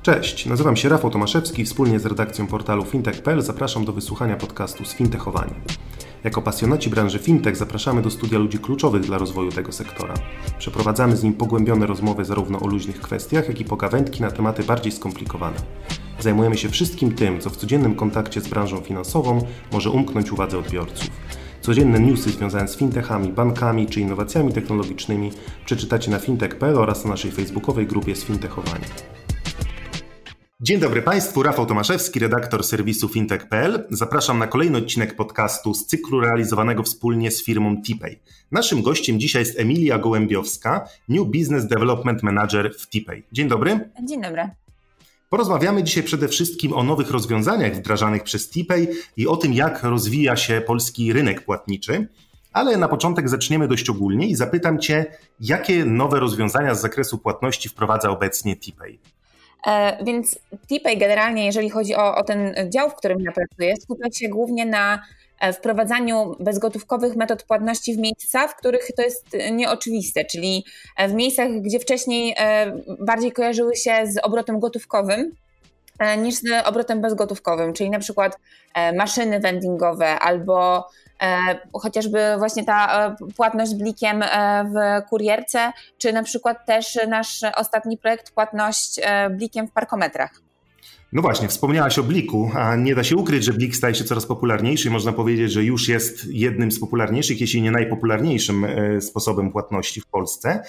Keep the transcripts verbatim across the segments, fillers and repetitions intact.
Cześć, nazywam się Rafał Tomaszewski, wspólnie z redakcją portalu fintech kropka p l zapraszam do wysłuchania podcastu Sfintechowani. Jako pasjonaci branży fintech zapraszamy do studia ludzi kluczowych dla rozwoju tego sektora. Przeprowadzamy z nim pogłębione rozmowy zarówno o luźnych kwestiach, jak i pogawędki na tematy bardziej skomplikowane. Zajmujemy się wszystkim tym, co w codziennym kontakcie z branżą finansową może umknąć uwadze odbiorców. Codzienne newsy związane z fintechami, bankami czy innowacjami technologicznymi przeczytacie na fintech kropka p l oraz na naszej facebookowej grupie Sfintechowani. Dzień dobry Państwu, Rafał Tomaszewski, redaktor serwisu fintech kropka p l. Zapraszam na kolejny odcinek podcastu z cyklu realizowanego wspólnie z firmą TPay. Naszym gościem dzisiaj jest Emilia Gołębiowska, New Business Development Manager w TPay. Dzień dobry. Dzień dobry. Porozmawiamy dzisiaj przede wszystkim o nowych rozwiązaniach wdrażanych przez TPay i o tym, jak rozwija się polski rynek płatniczy. Ale na początek zaczniemy dość ogólnie i zapytam Cię, jakie nowe rozwiązania z zakresu płatności wprowadza obecnie TPay? E, więc TPay generalnie, jeżeli chodzi o, o ten dział, w którym ja pracuję, skupia się głównie na wprowadzaniu bezgotówkowych metod płatności w miejsca, w których to jest nieoczywiste, czyli w miejscach, gdzie wcześniej bardziej kojarzyły się z obrotem gotówkowym niż z obrotem bezgotówkowym, czyli na przykład maszyny vendingowe albo chociażby właśnie ta płatność blikiem w kurierce, czy na przykład też nasz ostatni projekt płatność blikiem w parkometrach. No właśnie, wspomniałaś o Bliku, a nie da się ukryć, że Blik staje się coraz popularniejszy. Można powiedzieć, że już jest jednym z popularniejszych, jeśli nie najpopularniejszym sposobem płatności w Polsce.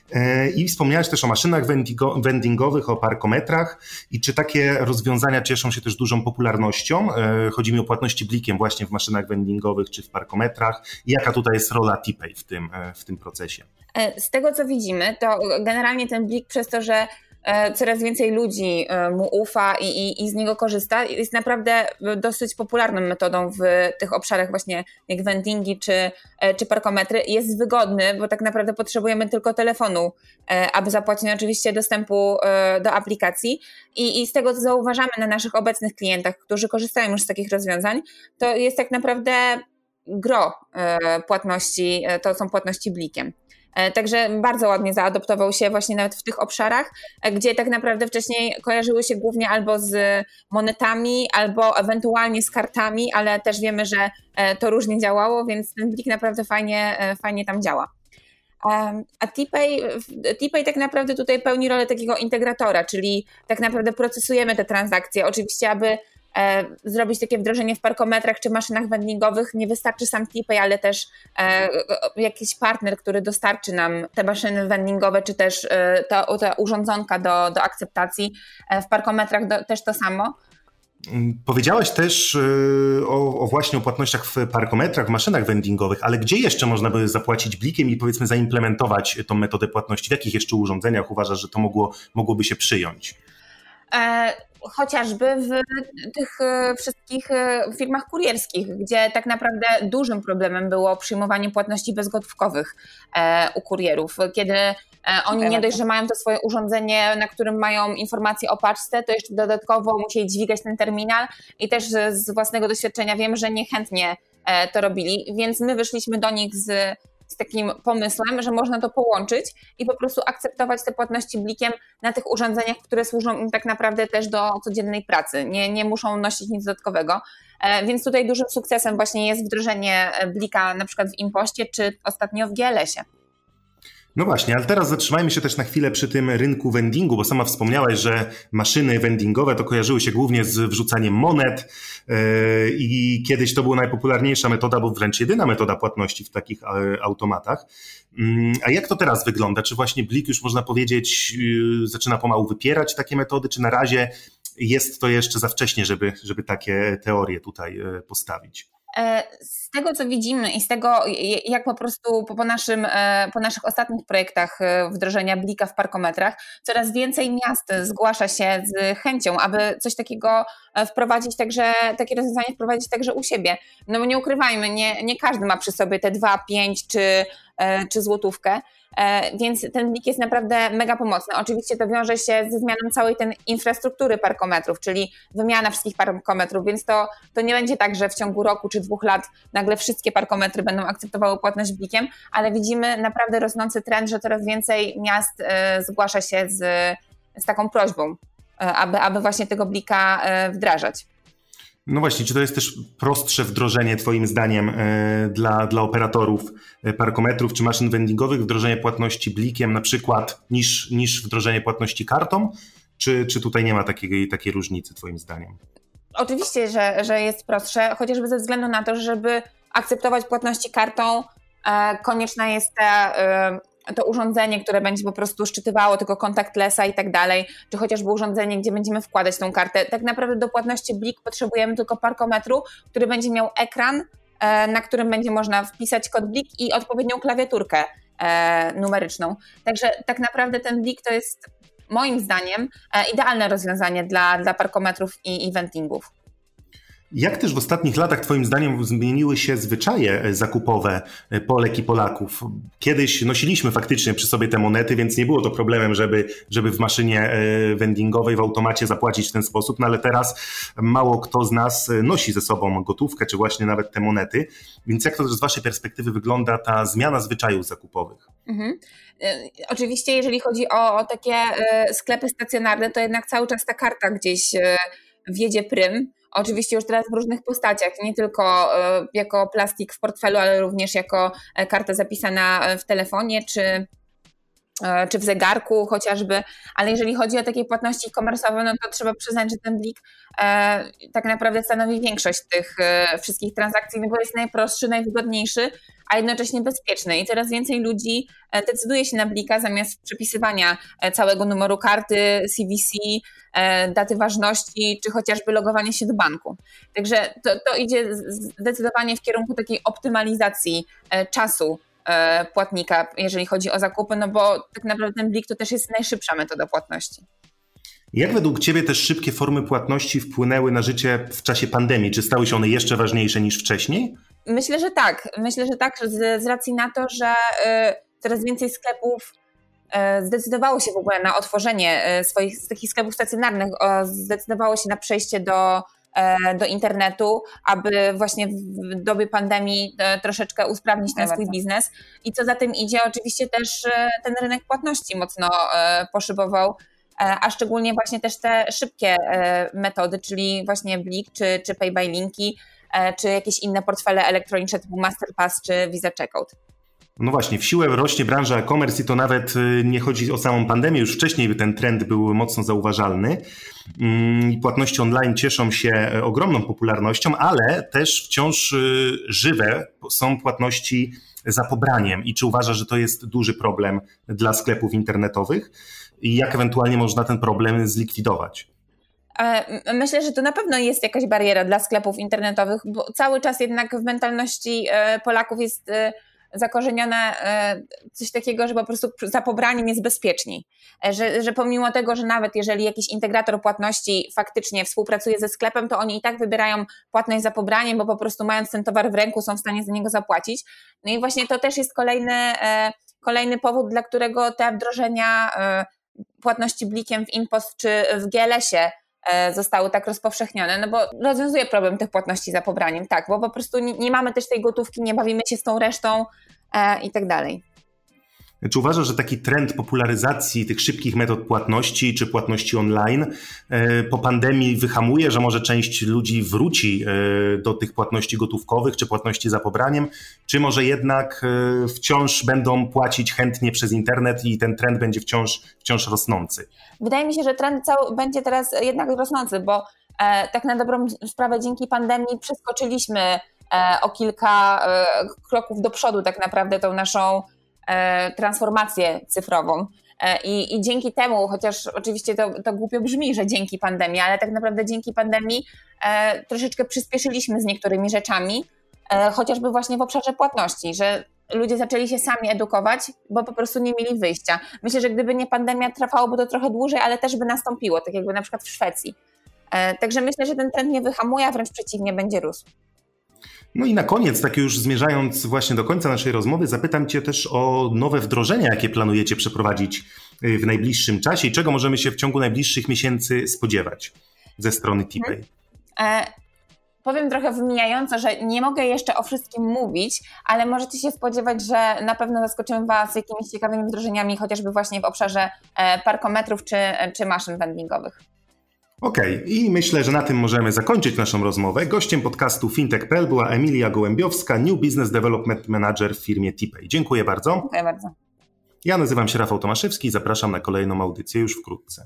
I wspomniałaś też o maszynach vendingowych, o parkometrach. I czy takie rozwiązania cieszą się też dużą popularnością? Chodzi mi o płatności blikiem właśnie w maszynach vendingowych czy w parkometrach. I jaka tutaj jest rola TPay w tym, w tym procesie? Z tego, co widzimy, to generalnie ten Blik przez to, że coraz więcej ludzi mu ufa i, i, i z niego korzysta, jest naprawdę dosyć popularną metodą w tych obszarach właśnie jak vendingi czy, czy parkometry. Jest wygodny, bo tak naprawdę potrzebujemy tylko telefonu, aby zapłacić, no oczywiście dostępu do aplikacji i, i z tego, co zauważamy na naszych obecnych klientach, którzy korzystają już z takich rozwiązań, to jest tak naprawdę gro płatności, to są płatności blikiem. Także bardzo ładnie zaadoptował się właśnie nawet w tych obszarach, gdzie tak naprawdę wcześniej kojarzyły się głównie albo z monetami, albo ewentualnie z kartami, ale też wiemy, że to różnie działało, więc ten Blik naprawdę fajnie, fajnie tam działa. A TPay, TPay tak naprawdę tutaj pełni rolę takiego integratora, czyli tak naprawdę procesujemy te transakcje. Oczywiście, aby E, zrobić takie wdrożenie w parkometrach czy maszynach vendingowych, nie wystarczy sam TPay, ale też e, jakiś partner, który dostarczy nam te maszyny vendingowe, czy też e, ta, ta urządzonka do, do akceptacji. E, w parkometrach do, też to samo. Powiedziałaś też o, o właśnie o płatnościach w parkometrach, w maszynach vendingowych, ale gdzie jeszcze można by zapłacić blikiem i powiedzmy zaimplementować tą metodę płatności? W jakich jeszcze urządzeniach uważasz, że to mogło, mogłoby się przyjąć? E, chociażby w tych wszystkich firmach kurierskich, gdzie tak naprawdę dużym problemem było przyjmowanie płatności bezgotówkowych u kurierów, kiedy oni nie dość, że mają to swoje urządzenie, na którym mają informacje o paczce, to jeszcze dodatkowo musieli dźwigać ten terminal i też z własnego doświadczenia wiem, że niechętnie to robili, więc my wyszliśmy do nich z z takim pomysłem, że można to połączyć i po prostu akceptować te płatności blikiem na tych urządzeniach, które służą im tak naprawdę też do codziennej pracy. Nie, nie muszą nosić nic dodatkowego. Więc tutaj dużym sukcesem właśnie jest wdrożenie Blika na przykład w Impoście czy ostatnio w G L S ie. No właśnie, ale teraz zatrzymajmy się też na chwilę przy tym rynku vendingu, bo sama wspomniałaś, że maszyny vendingowe to kojarzyły się głównie z wrzucaniem monet yy, i kiedyś to była najpopularniejsza metoda, bo wręcz jedyna metoda płatności w takich automatach. Yy, a jak to teraz wygląda? Czy właśnie Blik już można powiedzieć yy, zaczyna pomału wypierać takie metody, czy na razie jest to jeszcze za wcześnie, żeby, żeby takie teorie tutaj yy, postawić? Z tego, co widzimy i z tego, jak po prostu po, naszym, po naszych ostatnich projektach wdrożenia Blika w parkometrach, coraz więcej miast zgłasza się z chęcią, aby coś takiego wprowadzić, także takie rozwiązanie wprowadzić także u siebie. No bo nie ukrywajmy, nie, nie każdy ma przy sobie te dwa, pięć czy, czy złotówkę, więc ten Blik jest naprawdę mega pomocny. Oczywiście to wiąże się ze zmianą całej tej infrastruktury parkometrów, czyli wymiana wszystkich parkometrów, więc to, to nie będzie tak, że w ciągu roku czy dwóch lat nagle wszystkie parkometry będą akceptowały płatność blikiem, ale widzimy naprawdę rosnący trend, że coraz więcej miast zgłasza się z, z taką prośbą aby, aby właśnie tego blika wdrażać. No właśnie, czy to jest też prostsze wdrożenie twoim zdaniem dla, dla operatorów parkometrów czy maszyn vendingowych, wdrożenie płatności blikiem na przykład niż, niż wdrożenie płatności kartą? Czy, czy tutaj nie ma takiej, takiej różnicy twoim zdaniem? Oczywiście, że, że jest prostsze, chociażby ze względu na to, że żeby akceptować płatności kartą, e, konieczne jest te, e, to urządzenie, które będzie po prostu szczytywało tego contactlessa i tak dalej, czy chociażby urządzenie, gdzie będziemy wkładać tą kartę. Tak naprawdę do płatności blik potrzebujemy tylko parkometru, który będzie miał ekran, e, na którym będzie można wpisać kod blik i odpowiednią klawiaturkę e, numeryczną. Także tak naprawdę ten blik to jest moim zdaniem idealne rozwiązanie dla, dla parkometrów i, i vendingów. Jak też w ostatnich latach twoim zdaniem zmieniły się zwyczaje zakupowe Polek i Polaków? Kiedyś nosiliśmy faktycznie przy sobie te monety, więc nie było to problemem, żeby, żeby w maszynie vendingowej, w automacie zapłacić w ten sposób, no ale teraz mało kto z nas nosi ze sobą gotówkę, czy właśnie nawet te monety. Więc jak to z waszej perspektywy wygląda ta zmiana zwyczajów zakupowych? Mhm. Oczywiście jeżeli chodzi o, o takie sklepy stacjonarne, to jednak cały czas ta karta gdzieś wjedzie prym. Oczywiście już teraz w różnych postaciach, nie tylko jako plastik w portfelu, ale również jako karta zapisana w telefonie czy, czy w zegarku chociażby, ale jeżeli chodzi o takie płatności komersowe, no to trzeba przyznać, że ten blik e, tak naprawdę stanowi większość tych e, wszystkich transakcji, no bo jest najprostszy, najwygodniejszy, a jednocześnie bezpieczny i coraz więcej ludzi decyduje się na blika zamiast przepisywania całego numeru karty, C V C, daty ważności, czy chociażby logowanie się do banku. Także to, to idzie zdecydowanie w kierunku takiej optymalizacji czasu płatnika, jeżeli chodzi o zakupy, no bo tak naprawdę ten blik to też jest najszybsza metoda płatności. Jak według ciebie też szybkie formy płatności wpłynęły na życie w czasie pandemii? Czy stały się one jeszcze ważniejsze niż wcześniej? Myślę, że tak. Myślę, że tak z, z racji na to, że y, coraz więcej sklepów y, zdecydowało się w ogóle na otworzenie y, swoich z takich sklepów stacjonarnych, o, zdecydowało się na przejście do, y, do internetu, aby właśnie w dobie pandemii y, troszeczkę usprawnić ten swój biznes. I co za tym idzie, oczywiście też y, ten rynek płatności mocno y, poszybował, a szczególnie właśnie też te szybkie metody, czyli właśnie blik czy, czy pay by linki, czy jakieś inne portfele elektroniczne typu Masterpass czy Visa Checkout. No właśnie, w siłę rośnie branża e-commerce i to nawet nie chodzi o samą pandemię, już wcześniej ten trend był mocno zauważalny i płatności online cieszą się ogromną popularnością, ale też wciąż żywe są płatności za pobraniem. I czy uważasz, że to jest duży problem dla sklepów internetowych i jak ewentualnie można ten problem zlikwidować? Myślę, że to na pewno jest jakaś bariera dla sklepów internetowych, bo cały czas jednak w mentalności Polaków jest zakorzenione coś takiego, że po prostu za pobraniem jest bezpieczniej. Że, że pomimo tego, że nawet jeżeli jakiś integrator płatności faktycznie współpracuje ze sklepem, to oni i tak wybierają płatność za pobraniem, bo po prostu mając ten towar w ręku są w stanie za niego zapłacić. No i właśnie to też jest kolejny, kolejny powód, dla którego te wdrożenia płatności blikiem w InPost czy w G L S-ie zostały tak rozpowszechnione, no bo rozwiązuje problem tych płatności za pobraniem, tak, bo po prostu nie, nie mamy też tej gotówki, nie bawimy się z tą resztą e, i tak dalej. Czy uważasz, że taki trend popularyzacji tych szybkich metod płatności czy płatności online po pandemii wyhamuje, że może część ludzi wróci do tych płatności gotówkowych czy płatności za pobraniem, czy może jednak wciąż będą płacić chętnie przez internet i ten trend będzie wciąż, wciąż rosnący? Wydaje mi się, że trend cały będzie teraz jednak rosnący, bo e, tak na dobrą sprawę dzięki pandemii przeskoczyliśmy e, o kilka e, kroków do przodu tak naprawdę tą naszą transformację cyfrową I, i dzięki temu, chociaż oczywiście to, to głupio brzmi, że dzięki pandemii, ale tak naprawdę dzięki pandemii e, troszeczkę przyspieszyliśmy z niektórymi rzeczami, e, chociażby właśnie w obszarze płatności, że ludzie zaczęli się sami edukować, bo po prostu nie mieli wyjścia. Myślę, że gdyby nie pandemia, trwałoby to trochę dłużej, ale też by nastąpiło, tak jakby na przykład w Szwecji. E, także myślę, że ten trend nie wyhamuje, a wręcz przeciwnie, będzie rósł. No i na koniec, tak już zmierzając właśnie do końca naszej rozmowy, zapytam Cię też o nowe wdrożenia, jakie planujecie przeprowadzić w najbliższym czasie i czego możemy się w ciągu najbliższych miesięcy spodziewać ze strony T-Pay. Hmm. E, powiem trochę wymijająco, że nie mogę jeszcze o wszystkim mówić, ale możecie się spodziewać, że na pewno zaskoczymy Was jakimiś ciekawymi wdrożeniami, chociażby właśnie w obszarze parkometrów czy, czy maszyn vendingowych. Okej, okay. I myślę, że na tym możemy zakończyć naszą rozmowę. Gościem podcastu fintech kropka p l była Emilia Gołębiowska, New Business Development Manager w firmie TPay. Dziękuję bardzo. Dziękuję bardzo. Ja nazywam się Rafał Tomaszewski i zapraszam na kolejną audycję już wkrótce.